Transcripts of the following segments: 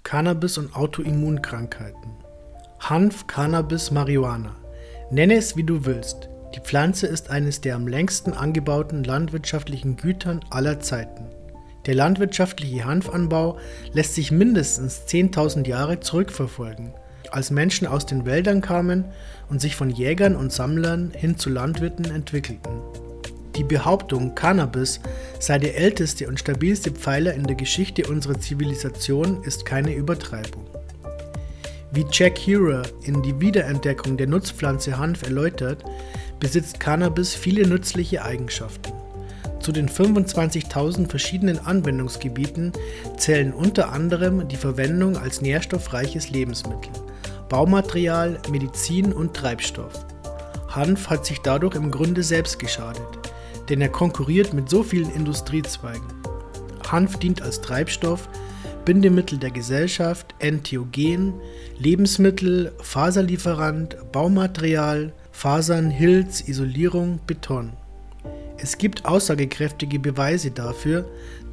Cannabis und Autoimmunkrankheiten. Hanf, Cannabis, Marihuana. Nenne es wie du willst. Die Pflanze ist eines der am längsten angebauten landwirtschaftlichen Gütern aller Zeiten. Der landwirtschaftliche Hanfanbau lässt sich mindestens 10.000 Jahre zurückverfolgen, als Menschen aus den Wäldern kamen und sich von Jägern und Sammlern hin zu Landwirten entwickelten. Die Behauptung, Cannabis sei der älteste und stabilste Pfeiler in der Geschichte unserer Zivilisation, ist keine Übertreibung. Wie Jack Herer in Die Wiederentdeckung der Nutzpflanze Hanf erläutert, besitzt Cannabis viele nützliche Eigenschaften. Zu den 25.000 verschiedenen Anwendungsgebieten zählen unter anderem die Verwendung als nährstoffreiches Lebensmittel, Baumaterial, Medizin und Treibstoff. Hanf hat sich dadurch im Grunde selbst geschadet, denn er konkurriert mit so vielen Industriezweigen. Hanf dient als Treibstoff, Bindemittel der Gesellschaft, Entheogen, Lebensmittel, Faserlieferant, Baumaterial, Fasern, Hilz, Isolierung, Beton. Es gibt aussagekräftige Beweise dafür,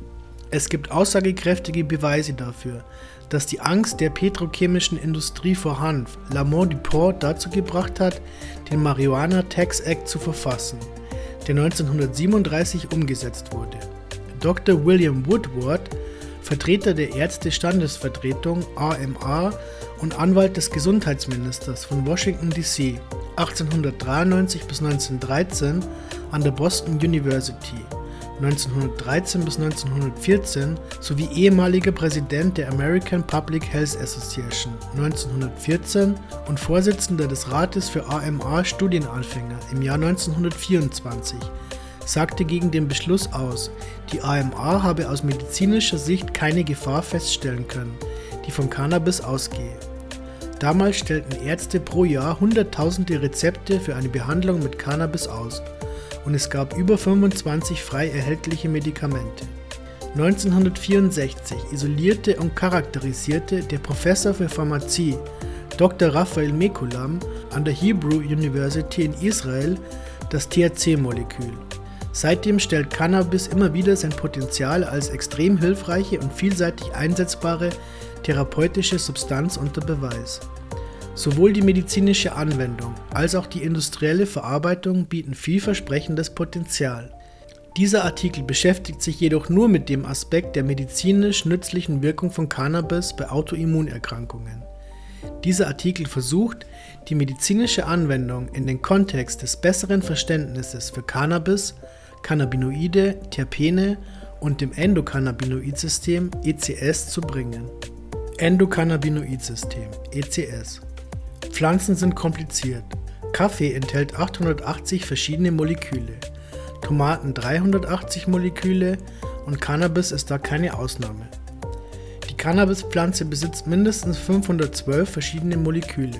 dass die Angst der petrochemischen Industrie vor Hanf Lamont Dupont dazu gebracht hat, den Marijuana Tax Act zu verfassen, der 1937 umgesetzt wurde. Dr. William Woodward, Vertreter der Ärzte-Standesvertretung AMA und Anwalt des Gesundheitsministers von Washington D.C. 1893 bis 1913 an der Boston University, 1913 bis 1914 sowie ehemaliger Präsident der American Public Health Association 1914 und Vorsitzender des Rates für AMA-Studienanfänger im Jahr 1924, sagte gegen den Beschluss aus, die AMA habe aus medizinischer Sicht keine Gefahr feststellen können, die vom Cannabis ausgehe. Damals stellten Ärzte pro Jahr hunderttausende Rezepte für eine Behandlung mit Cannabis aus und es gab über 25 frei erhältliche Medikamente. 1964 isolierte und charakterisierte der Professor für Pharmazie Dr. Raphael Mechoulam an der Hebrew University in Israel das THC-Molekül. Seitdem stellt Cannabis immer wieder sein Potenzial als extrem hilfreiche und vielseitig einsetzbare therapeutische Substanz unter Beweis. Sowohl die medizinische Anwendung als auch die industrielle Verarbeitung bieten vielversprechendes Potenzial. Dieser Artikel beschäftigt sich jedoch nur mit dem Aspekt der medizinisch nützlichen Wirkung von Cannabis bei Autoimmunerkrankungen. Dieser Artikel versucht, die medizinische Anwendung in den Kontext des besseren Verständnisses für Cannabis, Cannabinoide, Terpene und dem Endokannabinoid-System ECS zu bringen. Endokannabinoid-System ECS. Pflanzen sind kompliziert. Kaffee enthält 880 verschiedene Moleküle, Tomaten 380 Moleküle und Cannabis ist da keine Ausnahme. Die Cannabispflanze besitzt mindestens 512 verschiedene Moleküle.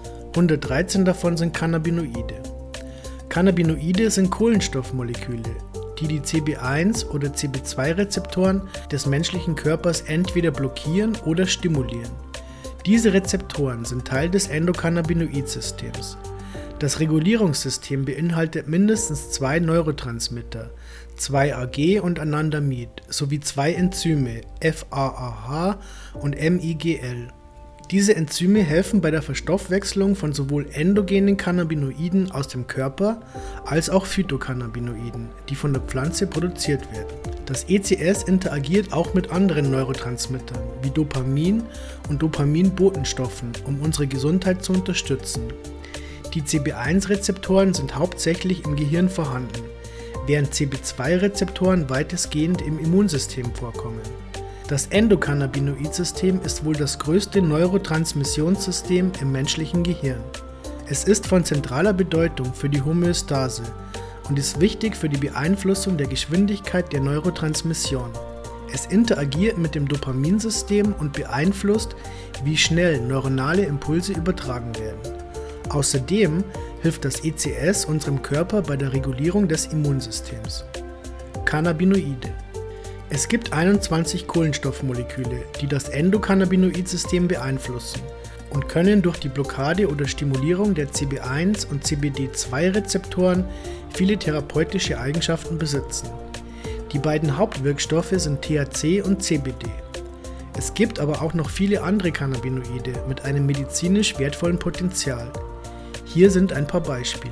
113 davon sind Cannabinoide. Cannabinoide sind Kohlenstoffmoleküle, die CB1 oder CB2-Rezeptoren des menschlichen Körpers entweder blockieren oder stimulieren. Diese Rezeptoren sind Teil des Endokannabinoid-Systems. Das Regulierungssystem beinhaltet mindestens 2 Neurotransmitter, 2 AG und Anandamid sowie 2 Enzyme FAAH und MIGL. Diese Enzyme helfen bei der Verstoffwechslung von sowohl endogenen Cannabinoiden aus dem Körper als auch Phytocannabinoiden, die von der Pflanze produziert werden. Das ECS interagiert auch mit anderen Neurotransmittern wie Dopamin und Dopaminbotenstoffen, um unsere Gesundheit zu unterstützen. Die CB1-Rezeptoren sind hauptsächlich im Gehirn vorhanden, während CB2-Rezeptoren weitestgehend im Immunsystem vorkommen. Das Endokannabinoid-System ist wohl das größte Neurotransmissionssystem im menschlichen Gehirn. Es ist von zentraler Bedeutung für die Homöostase und ist wichtig für die Beeinflussung der Geschwindigkeit der Neurotransmission. Es interagiert mit dem Dopaminsystem und beeinflusst, wie schnell neuronale Impulse übertragen werden. Außerdem hilft das ECS unserem Körper bei der Regulierung des Immunsystems. Cannabinoide. Es gibt 21 Kohlenstoffmoleküle, die das Endokannabinoid-System beeinflussen und können durch die Blockade oder Stimulierung der CB1 und CBD2-Rezeptoren viele therapeutische Eigenschaften besitzen. Die beiden Hauptwirkstoffe sind THC und CBD. Es gibt aber auch noch viele andere Cannabinoide mit einem medizinisch wertvollen Potenzial. Hier sind ein paar Beispiele.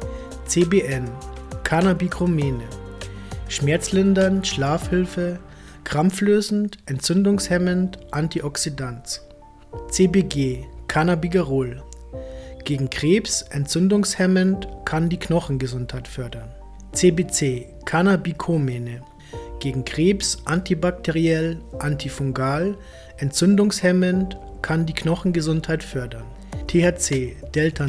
CBN, Cannabichromene, schmerzlindernd, Schlafhilfe, krampflösend, entzündungshemmend, Antioxidant. CBG, Cannabigerol, gegen Krebs, entzündungshemmend, kann die Knochengesundheit fördern. CBC, Cannabicomene, gegen Krebs, antibakteriell, antifungal, entzündungshemmend, kann die Knochengesundheit fördern. THC,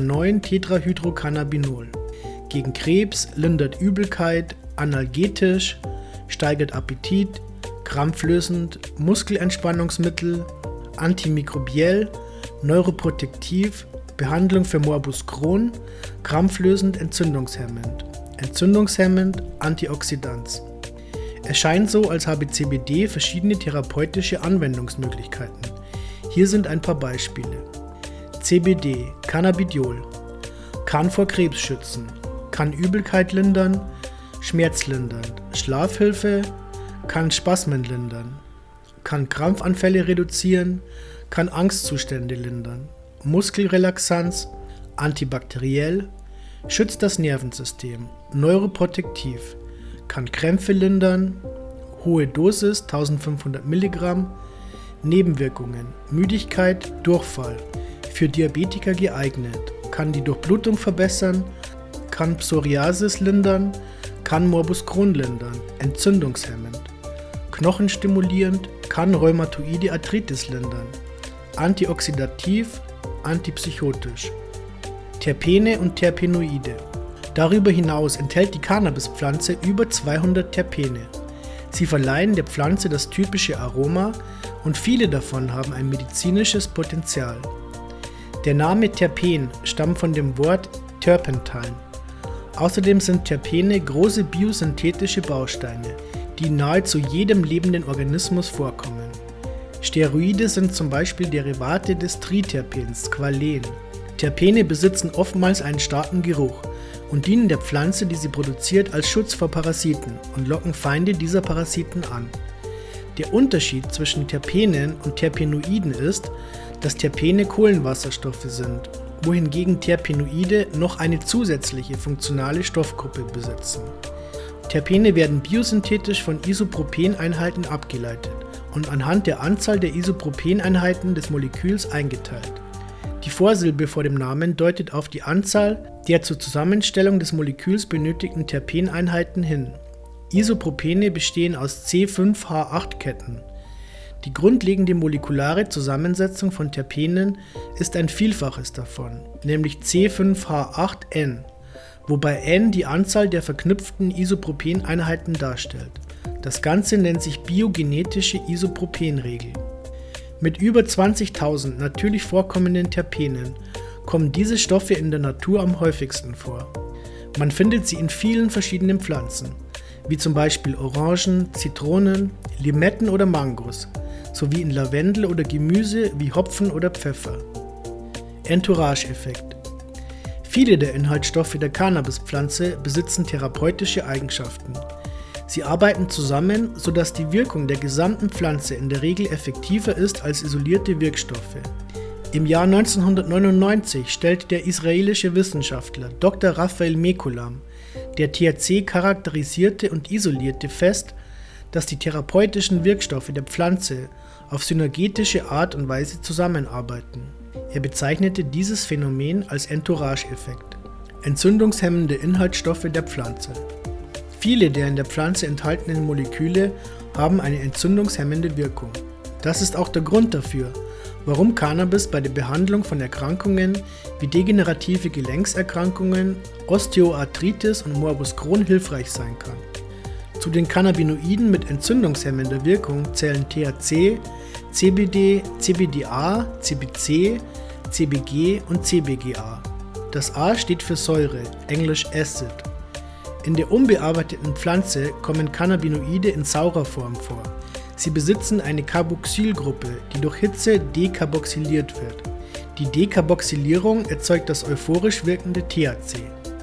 Delta-9-Tetrahydrocannabinol, gegen Krebs, lindert Übelkeit, analgetisch, steigert Appetit, krampflösend, Muskelentspannungsmittel, antimikrobiell, neuroprotektiv, Behandlung für Morbus Crohn, krampflösend, entzündungshemmend, Antioxidant. Es scheint so, als habe CBD verschiedene therapeutische Anwendungsmöglichkeiten. Hier sind ein paar Beispiele. CBD, Cannabidiol, kann vor Krebs schützen, kann Übelkeit lindern, schmerzlindernd, Schlafhilfe, kann Spasmen lindern, kann Krampfanfälle reduzieren, kann Angstzustände lindern, Muskelrelaxanz, antibakteriell, schützt das Nervensystem, neuroprotektiv, kann Krämpfe lindern, hohe Dosis 1500 Milligramm, Nebenwirkungen, Müdigkeit, Durchfall, für Diabetiker geeignet, kann die Durchblutung verbessern, kann Psoriasis lindern, kann Morbus Crohn lindern, entzündungshemmend, knochenstimulierend, kann rheumatoide Arthritis lindern, antioxidativ, antipsychotisch. Terpene und Terpenoide. Darüber hinaus enthält die Cannabispflanze über 200 Terpene. Sie verleihen der Pflanze das typische Aroma und viele davon haben ein medizinisches Potenzial. Der Name Terpen stammt von dem Wort Turpentine. Außerdem sind Terpene große biosynthetische Bausteine, die in nahezu jedem lebenden Organismus vorkommen. Steroide sind zum Beispiel Derivate des Triterpens, Squalen. Terpene besitzen oftmals einen starken Geruch und dienen der Pflanze, die sie produziert, als Schutz vor Parasiten und locken Feinde dieser Parasiten an. Der Unterschied zwischen Terpenen und Terpenoiden ist, dass Terpene Kohlenwasserstoffe sind, wohingegen Terpenoide noch eine zusätzliche funktionale Stoffgruppe besitzen. Terpene werden biosynthetisch von Isopropaneinheiten abgeleitet und anhand der Anzahl der Isopropaneinheiten des Moleküls eingeteilt. Die Vorsilbe vor dem Namen deutet auf die Anzahl der zur Zusammenstellung des Moleküls benötigten Terpeneinheiten hin. Isopropene bestehen aus C5H8-Ketten. Die grundlegende molekulare Zusammensetzung von Terpenen ist ein Vielfaches davon, nämlich C5H8N, wobei N die Anzahl der verknüpften Isopropaneinheiten darstellt. Das Ganze nennt sich biogenetische Isopropanregel. Mit über 20.000 natürlich vorkommenden Terpenen kommen diese Stoffe in der Natur am häufigsten vor. Man findet sie in vielen verschiedenen Pflanzen, wie zum Beispiel Orangen, Zitronen, Limetten oder Mangos, sowie in Lavendel oder Gemüse wie Hopfen oder Pfeffer. Entourage-Effekt. Viele der Inhaltsstoffe der Cannabispflanze besitzen therapeutische Eigenschaften. Sie arbeiten zusammen, sodass die Wirkung der gesamten Pflanze in der Regel effektiver ist als isolierte Wirkstoffe. Im Jahr 1999 stellte der israelische Wissenschaftler Dr. Raphael Mekulam, der THC charakterisierte und isolierte, fest, dass die therapeutischen Wirkstoffe der Pflanze auf synergetische Art und Weise zusammenarbeiten. Er bezeichnete dieses Phänomen als Entourage-Effekt. Entzündungshemmende Inhaltsstoffe der Pflanze. Viele der in der Pflanze enthaltenen Moleküle haben eine entzündungshemmende Wirkung. Das ist auch der Grund dafür, warum Cannabis bei der Behandlung von Erkrankungen wie degenerative Gelenkserkrankungen, Osteoarthritis und Morbus Crohn hilfreich sein kann. Zu den Cannabinoiden mit entzündungshemmender Wirkung zählen THC, CBD, CBDA, CBC, CBG und CBGA. Das A steht für Säure, englisch Acid. In der unbearbeiteten Pflanze kommen Cannabinoide in saurer Form vor. Sie besitzen eine Carboxylgruppe, die durch Hitze dekarboxyliert wird. Die Dekarboxylierung erzeugt das euphorisch wirkende THC.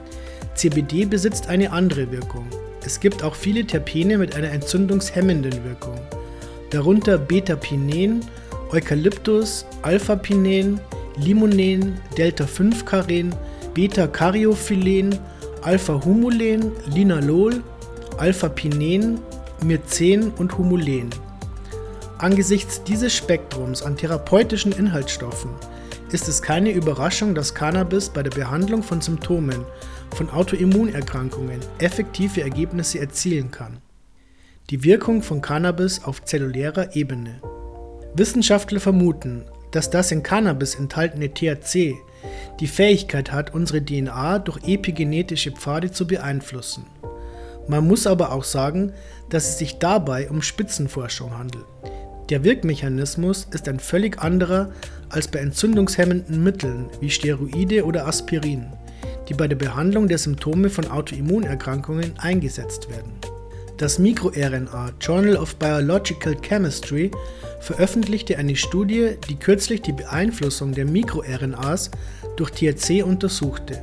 CBD besitzt eine andere Wirkung. Es gibt auch viele Terpene mit einer entzündungshemmenden Wirkung. darunter Beta-Pinen, Eukalyptus, Alpha-Pinen, Limonen, Delta-5-Karen, Beta-Caryophyllene, Alpha-Humulen, Linalol, Alpha-Pinen, Myrcen und Humulen. Angesichts dieses Spektrums an therapeutischen Inhaltsstoffen ist es keine Überraschung, dass Cannabis bei der Behandlung von Symptomen von Autoimmunerkrankungen effektive Ergebnisse erzielen kann. Die Wirkung von Cannabis auf zellulärer Ebene. Wissenschaftler vermuten, dass das in Cannabis enthaltene THC die Fähigkeit hat, unsere DNA durch epigenetische Pfade zu beeinflussen. Man muss aber auch sagen, dass es sich dabei um Spitzenforschung handelt. Der Wirkmechanismus ist ein völlig anderer als bei entzündungshemmenden Mitteln wie Steroide oder Aspirin, die bei der Behandlung der Symptome von Autoimmunerkrankungen eingesetzt werden. Das MicroRNA Journal of Biological Chemistry veröffentlichte eine Studie, die kürzlich die Beeinflussung der MicroRNAs durch THC untersuchte.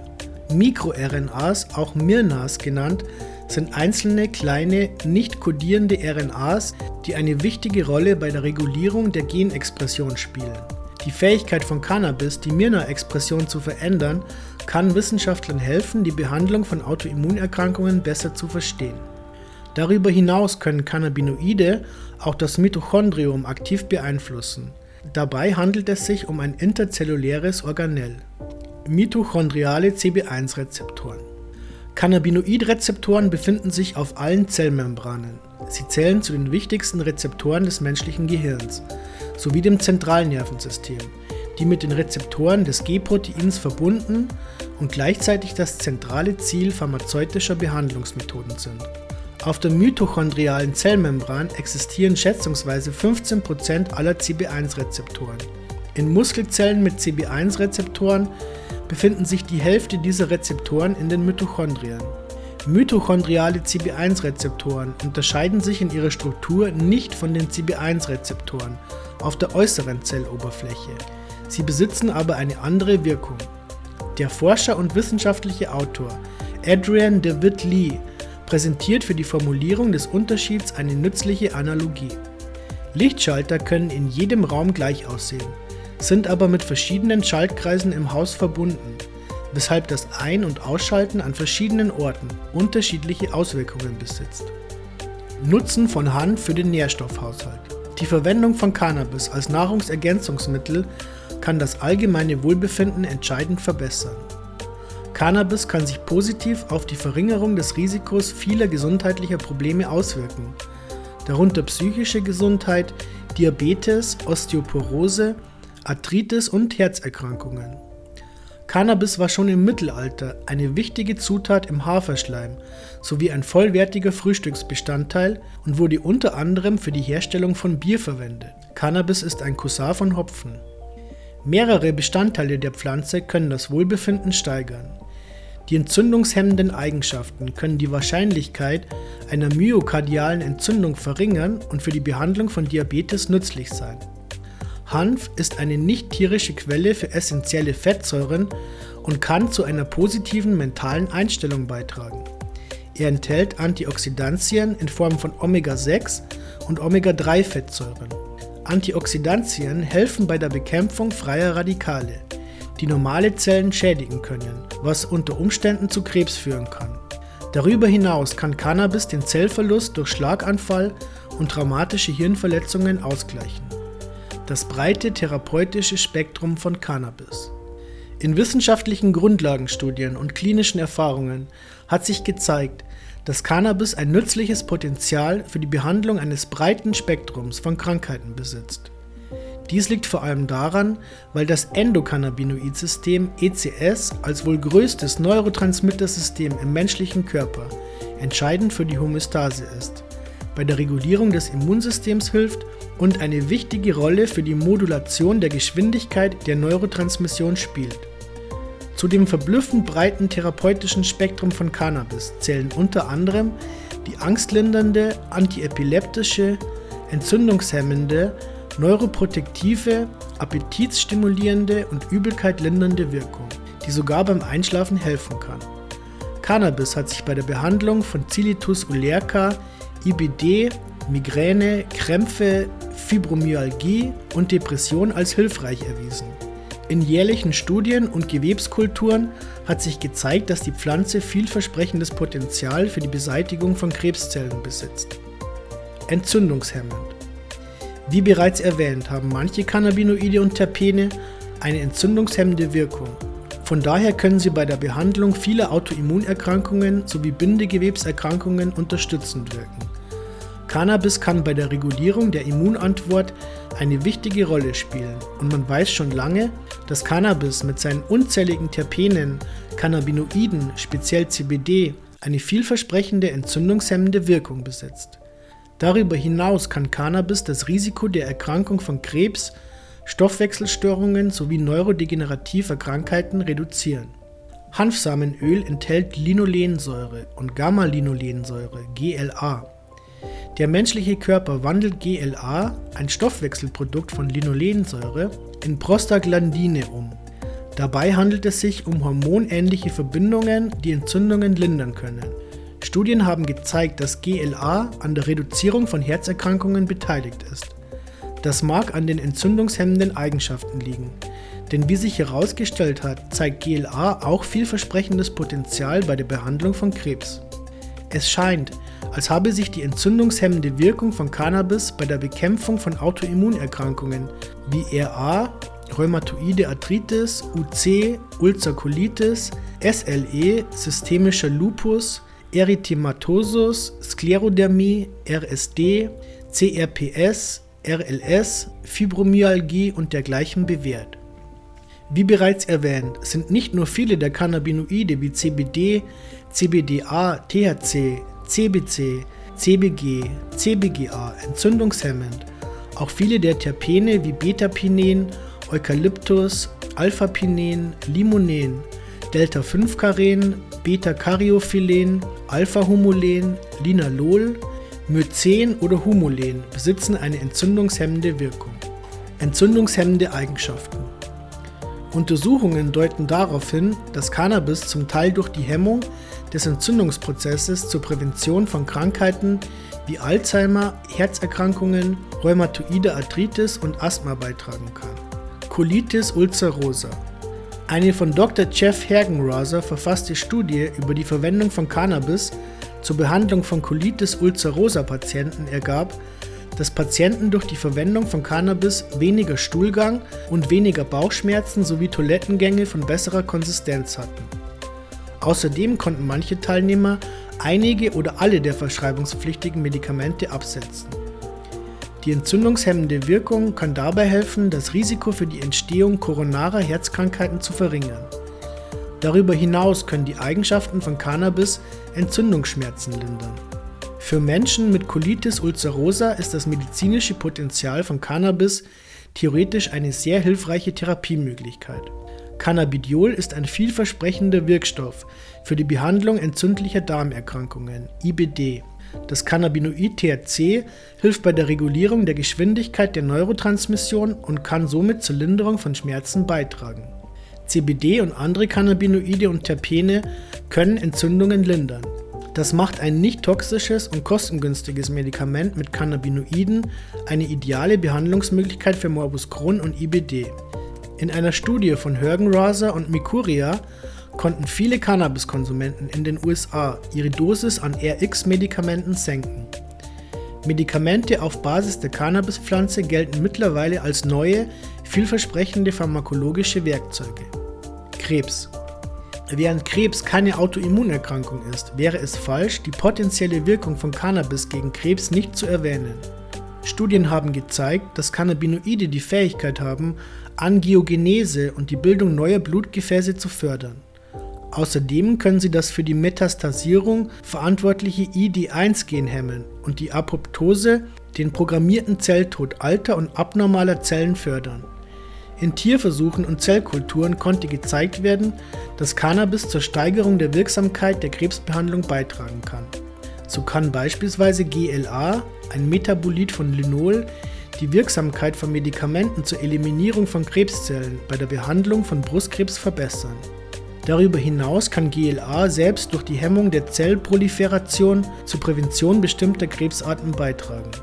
MicroRNAs, auch miRNAs genannt, sind einzelne kleine, nicht kodierende RNAs, die eine wichtige Rolle bei der Regulierung der Genexpression spielen. Die Fähigkeit von Cannabis, die miRNA-Expression zu verändern, kann Wissenschaftlern helfen, die Behandlung von Autoimmunerkrankungen besser zu verstehen. Darüber hinaus können Cannabinoide auch das Mitochondrium aktiv beeinflussen. Dabei handelt es sich um ein interzelluläres Organell. Mitochondriale CB1-Rezeptoren. Cannabinoidrezeptoren befinden sich auf allen Zellmembranen. Sie zählen zu den wichtigsten Rezeptoren des menschlichen Gehirns sowie dem Zentralnervensystem, die mit den Rezeptoren des G-Proteins verbunden und gleichzeitig das zentrale Ziel pharmazeutischer Behandlungsmethoden sind. Auf der mitochondrialen Zellmembran existieren schätzungsweise 15% aller CB1-Rezeptoren. In Muskelzellen mit CB1-Rezeptoren befinden sich die Hälfte dieser Rezeptoren in den Mitochondrien. Mitochondriale CB1-Rezeptoren unterscheiden sich in ihrer Struktur nicht von den CB1-Rezeptoren auf der äußeren Zelloberfläche. Sie besitzen aber eine andere Wirkung. Der Forscher und wissenschaftliche Autor Adrian David Lee präsentiert für die Formulierung des Unterschieds eine nützliche Analogie. Lichtschalter können in jedem Raum gleich aussehen, sind aber mit verschiedenen Schaltkreisen im Haus verbunden, weshalb das Ein- und Ausschalten an verschiedenen Orten unterschiedliche Auswirkungen besitzt. Nutzen von Hanf für den Nährstoffhaushalt. Die Verwendung von Cannabis als Nahrungsergänzungsmittel kann das allgemeine Wohlbefinden entscheidend verbessern. Cannabis kann sich positiv auf die Verringerung des Risikos vieler gesundheitlicher Probleme auswirken, darunter psychische Gesundheit, Diabetes, Osteoporose, Arthritis und Herzerkrankungen. Cannabis war schon im Mittelalter eine wichtige Zutat im Haferschleim sowie ein vollwertiger Frühstücksbestandteil und wurde unter anderem für die Herstellung von Bier verwendet. Cannabis ist ein Cousin von Hopfen. Mehrere Bestandteile der Pflanze können das Wohlbefinden steigern. Die entzündungshemmenden Eigenschaften können die Wahrscheinlichkeit einer myokardialen Entzündung verringern und für die Behandlung von Diabetes nützlich sein. Hanf ist eine nicht tierische Quelle für essentielle Fettsäuren und kann zu einer positiven mentalen Einstellung beitragen. Er enthält Antioxidantien in Form von Omega-6 und Omega-3-Fettsäuren. Antioxidantien helfen bei der Bekämpfung freier Radikale, die normale Zellen schädigen können, was unter Umständen zu Krebs führen kann. Darüber hinaus kann Cannabis den Zellverlust durch Schlaganfall und traumatische Hirnverletzungen ausgleichen. Das breite therapeutische Spektrum von Cannabis. In wissenschaftlichen Grundlagenstudien und klinischen Erfahrungen hat sich gezeigt, dass Cannabis ein nützliches Potenzial für die Behandlung eines breiten Spektrums von Krankheiten besitzt. Dies liegt vor allem daran, weil das Endokannabinoid-System ECS als wohl größtes Neurotransmittersystem im menschlichen Körper entscheidend für die Homöostase ist, bei der Regulierung des Immunsystems hilft und eine wichtige Rolle für die Modulation der Geschwindigkeit der Neurotransmission spielt. Zu dem verblüffend breiten therapeutischen Spektrum von Cannabis zählen unter anderem die angstlindernde, antiepileptische, entzündungshemmende, neuroprotektive, appetitstimulierende und Übelkeit lindernde Wirkung, die sogar beim Einschlafen helfen kann. Cannabis hat sich bei der Behandlung von Colitis Ulcerca, IBD, Migräne, Krämpfe, Fibromyalgie und Depression als hilfreich erwiesen. In jährlichen Studien und Gewebskulturen hat sich gezeigt, dass die Pflanze vielversprechendes Potenzial für die Beseitigung von Krebszellen besitzt. Entzündungshemmend. Wie bereits erwähnt, haben manche Cannabinoide und Terpene eine entzündungshemmende Wirkung. Von daher können sie bei der Behandlung vieler Autoimmunerkrankungen sowie Bindegewebserkrankungen unterstützend wirken. Cannabis kann bei der Regulierung der Immunantwort eine wichtige Rolle spielen und man weiß schon lange, dass Cannabis mit seinen unzähligen Terpenen, Cannabinoiden, speziell CBD, eine vielversprechende entzündungshemmende Wirkung besitzt. Darüber hinaus kann Cannabis das Risiko der Erkrankung von Krebs, Stoffwechselstörungen sowie neurodegenerativer Krankheiten reduzieren. Hanfsamenöl enthält Linolensäure und Gamma-Linolensäure, GLA. Der menschliche Körper wandelt GLA, ein Stoffwechselprodukt von Linolensäure, in Prostaglandine um. Dabei handelt es sich um hormonähnliche Verbindungen, die Entzündungen lindern können. Studien haben gezeigt, dass GLA an der Reduzierung von Herzerkrankungen beteiligt ist. Das mag an den entzündungshemmenden Eigenschaften liegen, denn wie sich herausgestellt hat, zeigt GLA auch vielversprechendes Potenzial bei der Behandlung von Krebs. Es scheint, als habe sich die entzündungshemmende Wirkung von Cannabis bei der Bekämpfung von Autoimmunerkrankungen wie RA, Rheumatoide Arthritis, UC, Ulcercolitis, SLE, systemischer Lupus, Erythematosus, Sklerodermie, RSD, CRPS, RLS, Fibromyalgie und dergleichen bewährt. Wie bereits erwähnt, sind nicht nur viele der Cannabinoide wie CBD, CBDA, THC, CBC, CBG, CBGA entzündungshemmend, auch viele der Terpene wie Betapinen, Eukalyptus, Alpha-Pinen, Limonen, Delta-5-Caren, Beta-Caryophyllene, Alpha-Humulene, Linalol, Mycen oder Humulene besitzen eine entzündungshemmende Wirkung. Entzündungshemmende Eigenschaften. Untersuchungen deuten darauf hin, dass Cannabis zum Teil durch die Hemmung des Entzündungsprozesses zur Prävention von Krankheiten wie Alzheimer, Herzerkrankungen, Rheumatoide Arthritis und Asthma beitragen kann. Colitis ulcerosa. Eine von Dr. Jeff Hergenrother verfasste Studie über die Verwendung von Cannabis zur Behandlung von Colitis ulcerosa Patienten ergab, dass Patienten durch die Verwendung von Cannabis weniger Stuhlgang und weniger Bauchschmerzen sowie Toilettengänge von besserer Konsistenz hatten. Außerdem konnten manche Teilnehmer einige oder alle der verschreibungspflichtigen Medikamente absetzen. Die entzündungshemmende Wirkung kann dabei helfen, das Risiko für die Entstehung koronarer Herzkrankheiten zu verringern. Darüber hinaus können die Eigenschaften von Cannabis Entzündungsschmerzen lindern. Für Menschen mit Colitis ulcerosa ist das medizinische Potenzial von Cannabis theoretisch eine sehr hilfreiche Therapiemöglichkeit. Cannabidiol ist ein vielversprechender Wirkstoff für die Behandlung entzündlicher Darmerkrankungen, IBD. Das Cannabinoid THC hilft bei der Regulierung der Geschwindigkeit der Neurotransmission und kann somit zur Linderung von Schmerzen beitragen. CBD und andere Cannabinoide und Terpene können Entzündungen lindern. Das macht ein nicht toxisches und kostengünstiges Medikament mit Cannabinoiden eine ideale Behandlungsmöglichkeit für Morbus Crohn und IBD. In einer Studie von Hergenrother und Mikuria konnten viele Cannabiskonsumenten in den USA ihre Dosis an RX-Medikamenten senken. Medikamente auf Basis der Cannabispflanze gelten mittlerweile als neue, vielversprechende pharmakologische Werkzeuge. Krebs. Während Krebs keine Autoimmunerkrankung ist, wäre es falsch, die potenzielle Wirkung von Cannabis gegen Krebs nicht zu erwähnen. Studien haben gezeigt, dass Cannabinoide die Fähigkeit haben, Angiogenese und die Bildung neuer Blutgefäße zu fördern. Außerdem können sie das für die Metastasierung verantwortliche ID1-Gen hemmen und die Apoptose, den programmierten Zelltod alter und abnormaler Zellen fördern. In Tierversuchen und Zellkulturen konnte gezeigt werden, dass Cannabis zur Steigerung der Wirksamkeit der Krebsbehandlung beitragen kann. So kann beispielsweise GLA, ein Metabolit von Linol, die Wirksamkeit von Medikamenten zur Eliminierung von Krebszellen bei der Behandlung von Brustkrebs verbessern. Darüber hinaus kann GLA selbst durch die Hemmung der Zellproliferation zur Prävention bestimmter Krebsarten beitragen.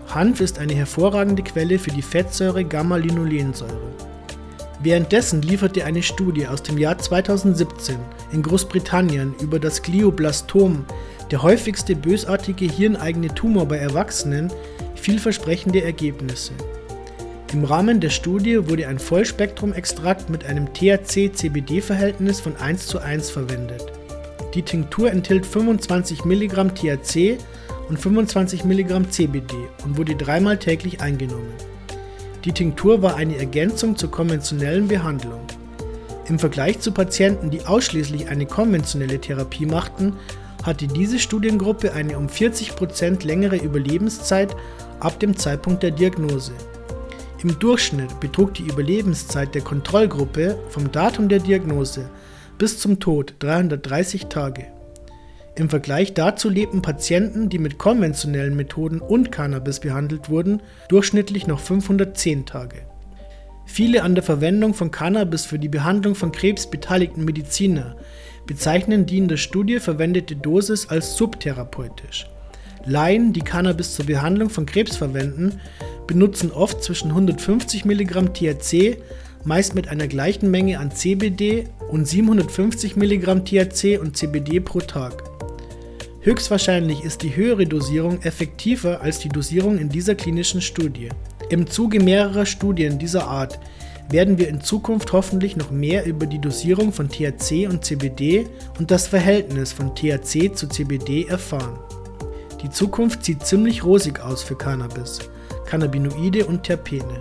Hanf ist eine hervorragende Quelle für die Fettsäure Gamma-Linolensäure. Währenddessen lieferte eine Studie aus dem Jahr 2017 in Großbritannien über das Glioblastom, der häufigste bösartige hirneigene Tumor bei Erwachsenen, vielversprechende Ergebnisse. Im Rahmen der Studie wurde ein Vollspektrum-Extrakt mit einem THC-CBD-Verhältnis von 1:1 verwendet. Die Tinktur enthält 25 mg THC und 25 mg CBD und wurde 3-mal täglich eingenommen. Die Tinktur war eine Ergänzung zur konventionellen Behandlung. Im Vergleich zu Patienten, die ausschließlich eine konventionelle Therapie machten, hatte diese Studiengruppe eine um 40% längere Überlebenszeit ab dem Zeitpunkt der Diagnose. Im Durchschnitt betrug die Überlebenszeit der Kontrollgruppe vom Datum der Diagnose bis zum Tod 330 Tage. Im Vergleich dazu lebten Patienten, die mit konventionellen Methoden und Cannabis behandelt wurden, durchschnittlich noch 510 Tage. Viele an der Verwendung von Cannabis für die Behandlung von Krebs beteiligten Mediziner bezeichnen die in der Studie verwendete Dosis als subtherapeutisch. Laien, die Cannabis zur Behandlung von Krebs verwenden, benutzen oft zwischen 150 mg THC, meist mit einer gleichen Menge an CBD, und 750 mg THC und CBD pro Tag. Höchstwahrscheinlich ist die höhere Dosierung effektiver als die Dosierung in dieser klinischen Studie. Im Zuge mehrerer Studien dieser Art werden wir in Zukunft hoffentlich noch mehr über die Dosierung von THC und CBD und das Verhältnis von THC zu CBD erfahren. Die Zukunft sieht ziemlich rosig aus für Cannabis, Cannabinoide und Terpene.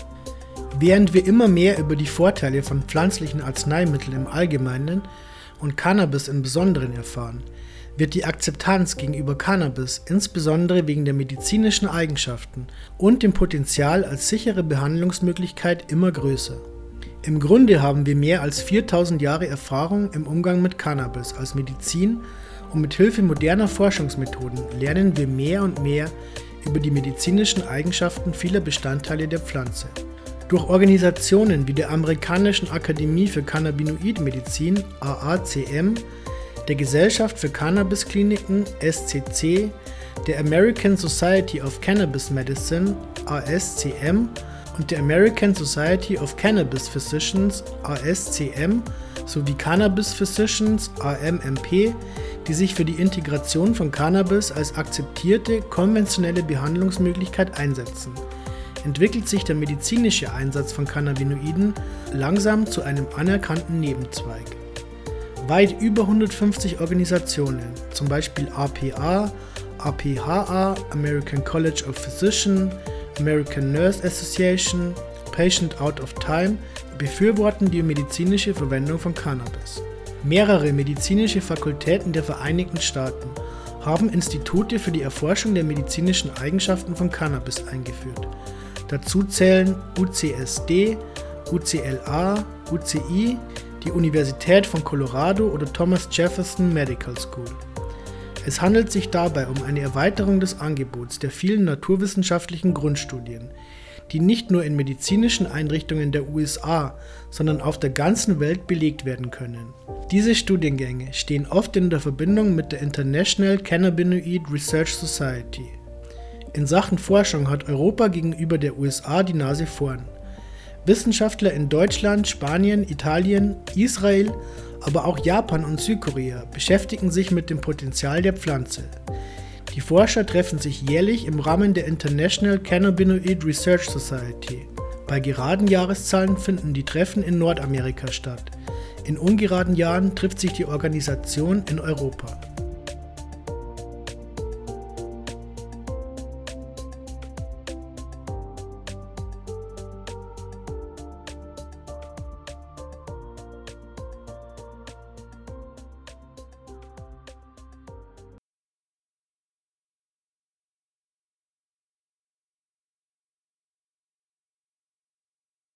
Während wir immer mehr über die Vorteile von pflanzlichen Arzneimitteln im Allgemeinen und Cannabis im Besonderen erfahren, wird die Akzeptanz gegenüber Cannabis insbesondere wegen der medizinischen Eigenschaften und dem Potenzial als sichere Behandlungsmöglichkeit immer größer. Im Grunde haben wir mehr als 4000 Jahre Erfahrung im Umgang mit Cannabis als Medizin und mit Hilfe moderner Forschungsmethoden lernen wir mehr und mehr über die medizinischen Eigenschaften vieler Bestandteile der Pflanze. Durch Organisationen wie der Amerikanischen Akademie für Cannabinoidmedizin (AACM), der Gesellschaft für Cannabiskliniken (SCC), der American Society of Cannabis Medicine (ASCM) und der American Society of Cannabis Physicians (ASCM) sowie Cannabis Physicians (AMMP), die sich für die Integration von Cannabis als akzeptierte, konventionelle Behandlungsmöglichkeit einsetzen, entwickelt sich der medizinische Einsatz von Cannabinoiden langsam zu einem anerkannten Nebenzweig. Weit über 150 Organisationen, zum Beispiel APA, APHA, American College of Physicians, American Nurse Association, Patient Out of Time, befürworten die medizinische Verwendung von Cannabis. Mehrere medizinische Fakultäten der Vereinigten Staaten haben Institute für die Erforschung der medizinischen Eigenschaften von Cannabis eingeführt. Dazu zählen UCSD, UCLA, UCI, die Universität von Colorado oder Thomas Jefferson Medical School. Es handelt sich dabei um eine Erweiterung des Angebots der vielen naturwissenschaftlichen Grundstudien, die nicht nur in medizinischen Einrichtungen der USA, sondern auf der ganzen Welt belegt werden können. Diese Studiengänge stehen oft in der Verbindung mit der International Cannabinoid Research Society. In Sachen Forschung hat Europa gegenüber der USA die Nase vorn. Wissenschaftler in Deutschland, Spanien, Italien, Israel, aber auch Japan und Südkorea beschäftigen sich mit dem Potenzial der Pflanze. Die Forscher treffen sich jährlich im Rahmen der International Cannabinoid Research Society. Bei geraden Jahreszahlen finden die Treffen in Nordamerika statt. In ungeraden Jahren trifft sich die Organisation in Europa.